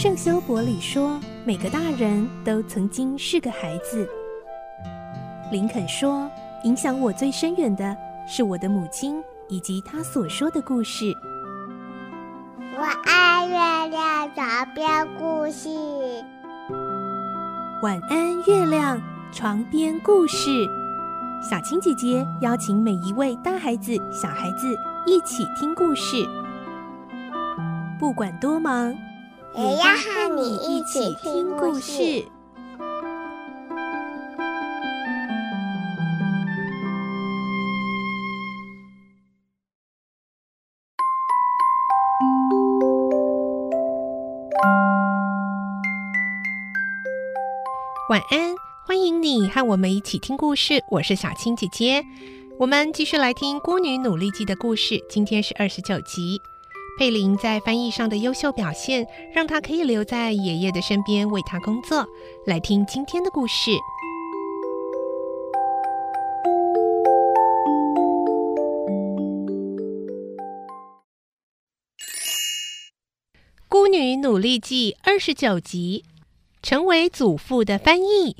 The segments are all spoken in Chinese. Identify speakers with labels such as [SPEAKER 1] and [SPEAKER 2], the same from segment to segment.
[SPEAKER 1] 圣修伯里说，每个大人都曾经是个孩子。林肯说，影响我最深远的是我的母亲以及她所说的故事。
[SPEAKER 2] 我爱月亮床边故事。
[SPEAKER 1] 晚安，月亮床边故事。小青姐姐邀请每一位大孩子、小孩子一起听故事，不管多忙，
[SPEAKER 2] 也要和你一起听故事。
[SPEAKER 3] 晚安，欢迎你和我们一起听故事，我是小青姐姐。我们继续来听《孤女努力记》的故事，今天是29集。佩林在翻译上的优秀表现，让她可以留在爷爷的身边为他工作。来听今天的故事。《孤女努力记》29集，成为祖父的翻译。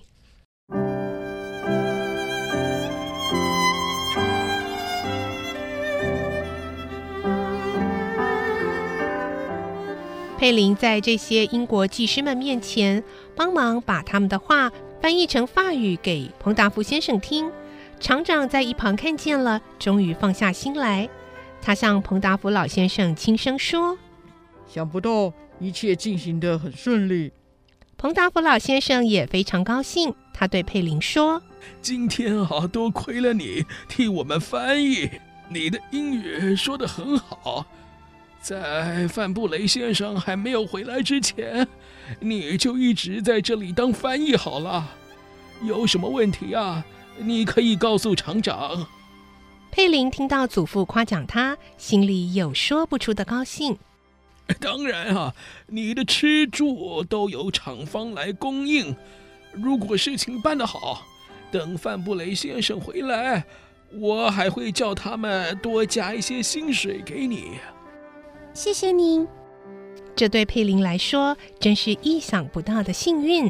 [SPEAKER 3] 佩林在这些英国技师们面前帮忙把他们的话翻译成法语给彭达福先生听。厂长在一旁看见了，终于放下心来。他向彭达福老先生轻声说：
[SPEAKER 4] 想不到一切进行得很顺利。
[SPEAKER 3] 彭达福老先生也非常高兴，他对佩林说：
[SPEAKER 5] 今天多亏了你替我们翻译，你的英语说得很好。在范布雷先生还没有回来之前，你就一直在这里当翻译好了。有什么问题啊？你可以告诉厂长。
[SPEAKER 3] 佩林听到祖父夸奖他，心里有说不出的高兴。
[SPEAKER 5] 当然啊，你的吃住都由厂方来供应。如果事情办得好，等范布雷先生回来，我还会叫他们多加一些薪水给你。
[SPEAKER 2] 谢谢您。
[SPEAKER 3] 这对佩林来说真是意想不到的幸运。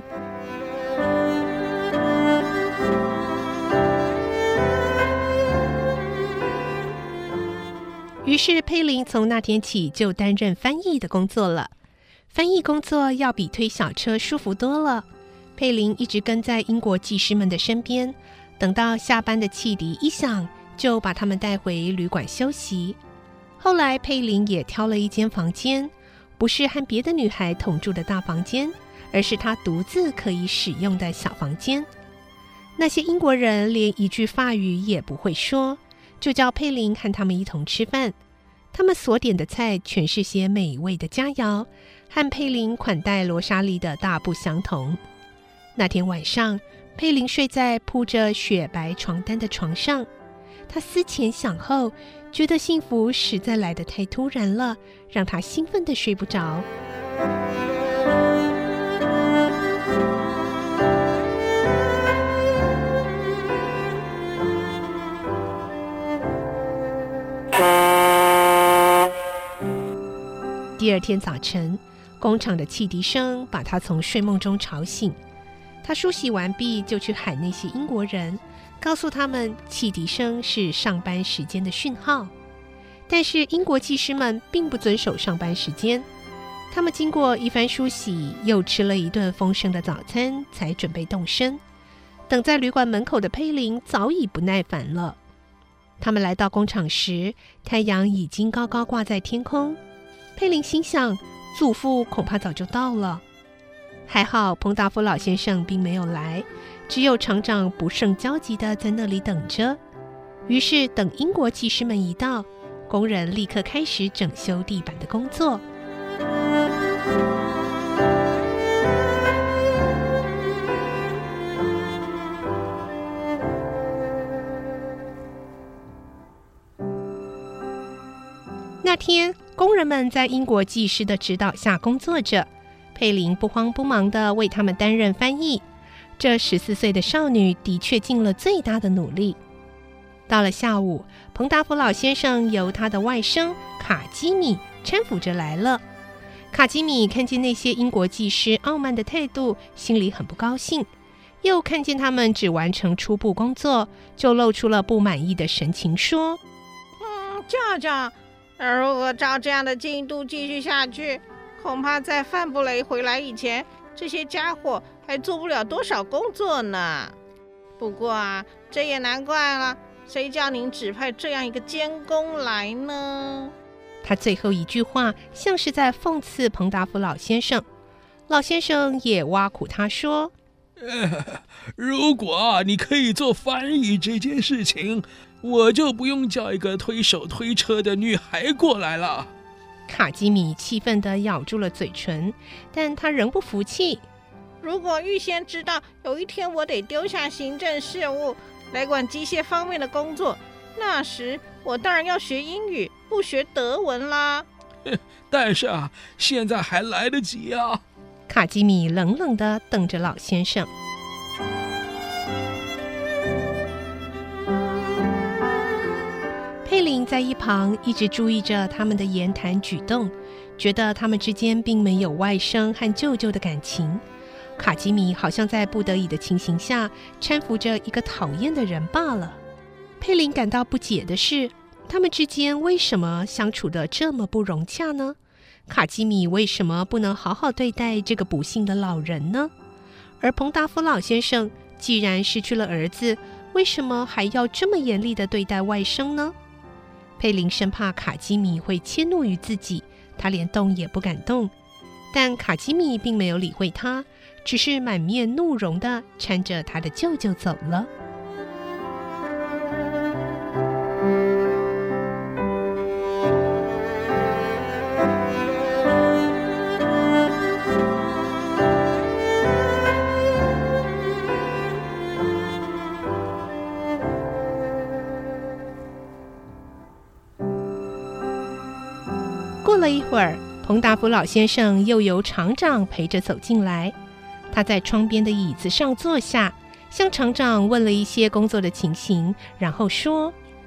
[SPEAKER 3] 于是佩林从那天起就担任翻译的工作了。翻译工作要比推小车舒服多了。佩林一直跟在英国技师们的身边，等到下班的汽笛一响，就把他们带回旅馆休息。后来佩林也挑了一间房间，不是和别的女孩同住的大房间，而是她独自可以使用的小房间。那些英国人连一句法语也不会说，就叫佩林和他们一同吃饭。他们所点的菜全是些美味的佳肴，和佩林款待罗莎莉的大不相同。那天晚上，佩林睡在铺着雪白床单的床上，她思前想后，觉得幸福实在来得太突然了，让她兴奋地睡不着。第二天早晨，工厂的汽笛声把她从睡梦中吵醒。她梳洗完毕，就去喊那些英国人，告诉他们汽笛声是上班时间的讯号。但是英国技师们并不遵守上班时间，他们经过一番梳洗，又吃了一顿丰盛的早餐，才准备动身。等在旅馆门口的佩林早已不耐烦了。他们来到工厂时，太阳已经高高挂在天空。佩林心想，祖父恐怕早就到了。还好彭达福老先生并没有来，只有厂长不胜焦急地在那里等着。于是等英国技师们一到，工人立刻开始整修地板的工作。那天，工人们在英国技师的指导下工作着。佩林不慌不忙地为他们担任翻译。这14岁的少女的确尽了最大的努力。到了下午，彭达福老先生由他的外甥卡基米搀扶着来了。 卡基米看见那些英国技师傲慢的态度，心里很不高兴，又看见他们只完成初步工作，就露出了不满意的神情，说：
[SPEAKER 6] 舅舅，如果照这样的进度继续下去，恐怕在范布雷回来以前，这些家伙还做不了多少工作呢。不过啊，这也难怪了，谁叫您指派这样一个监工来呢？
[SPEAKER 3] 他最后一句话像是在讽刺彭达福老先生，老先生也挖苦他说：
[SPEAKER 5] 如果你可以做翻译这件事情，我就不用叫一个推手推车的女孩过来了。
[SPEAKER 3] 卡基米气愤地咬住了嘴唇，但他仍不服气。
[SPEAKER 6] 如果预先知道有一天我得丢下行政事务来管机械方面的工作，那时我当然要学英语，不学德文啦。
[SPEAKER 5] 但是啊，现在还来得及啊！
[SPEAKER 3] 卡基米冷冷地瞪着老先生。佩林在一旁一直注意着他们的言谈举动，觉得他们之间并没有外甥和舅舅的感情。卡基米好像在不得已的情形下搀扶着一个讨厌的人罢了。佩林感到不解的是，他们之间为什么相处得这么不融洽呢？卡基米为什么不能好好对待这个不幸的老人呢？而彭达福老先生既然失去了儿子，为什么还要这么严厉地对待外甥呢？佩林生怕卡基米会迁怒于自己，他连动也不敢动。但卡基米并没有理会他，只是满面怒容地搀着他的舅舅走了。过了一会儿，彭达福老先生又由厂长陪着走进来。他在窗边的椅子上坐下，向厂长问了一些工作的情形，然后说：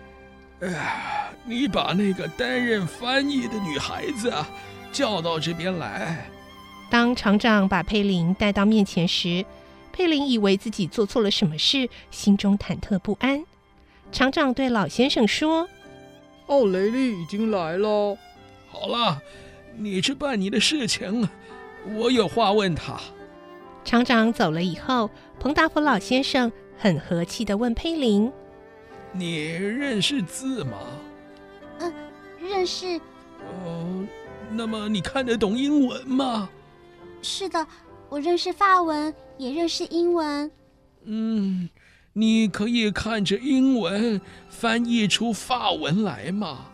[SPEAKER 5] 你把那个担任翻译的女孩子叫到这边来。
[SPEAKER 3] 当厂长把佩林带到面前时，佩林以为自己做错了什么事，心中忐忑不安。厂长对老先生说：
[SPEAKER 4] 奥雷利已经来了。
[SPEAKER 5] 好了，你去办你的事情，我有话问他。
[SPEAKER 3] 厂长走了以后，彭达福老先生很和气地问佩林：
[SPEAKER 5] 你认识字吗？
[SPEAKER 2] 认识。
[SPEAKER 5] 那么你看得懂英文吗？
[SPEAKER 2] 是的，我认识法文，也认识英文。
[SPEAKER 5] 你可以看着英文翻译出法文来吗？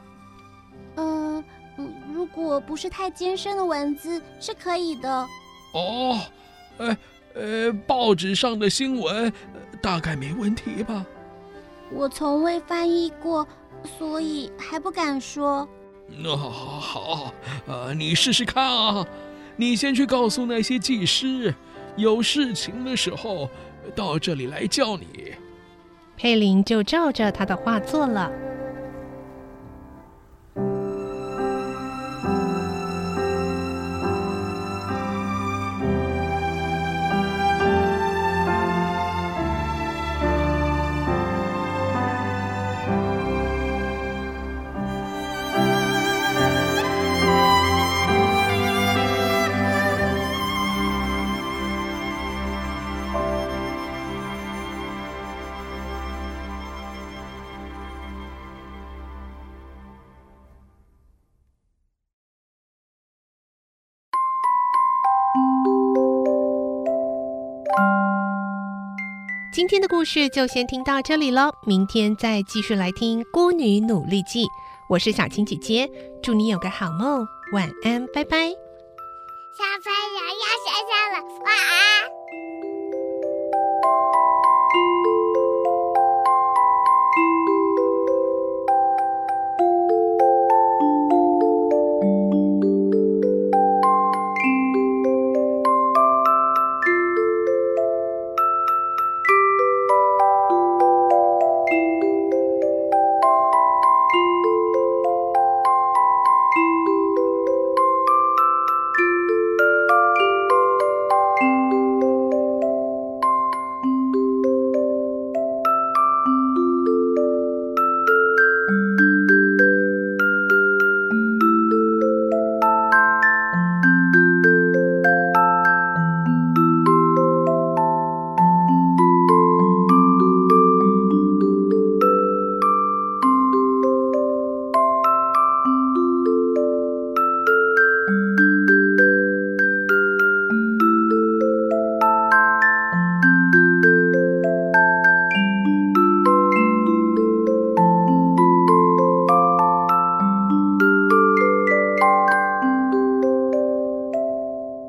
[SPEAKER 2] 如果不是太艰深的文字，是可以的。
[SPEAKER 5] 报纸上的新闻大概没问题吧？
[SPEAKER 2] 我从未翻译过，所以还不敢说。
[SPEAKER 5] 好，你试试看啊！你先去告诉那些技师，有事情的时候到这里来叫你。
[SPEAKER 3] 佩林就照着他的话做了。今天的故事就先听到这里咯，明天再继续来听《孤女努力记》。我是小青姐姐，祝你有个好梦，晚安，拜拜。
[SPEAKER 2] 小朋友要睡觉了，晚安。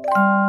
[SPEAKER 2] 拜。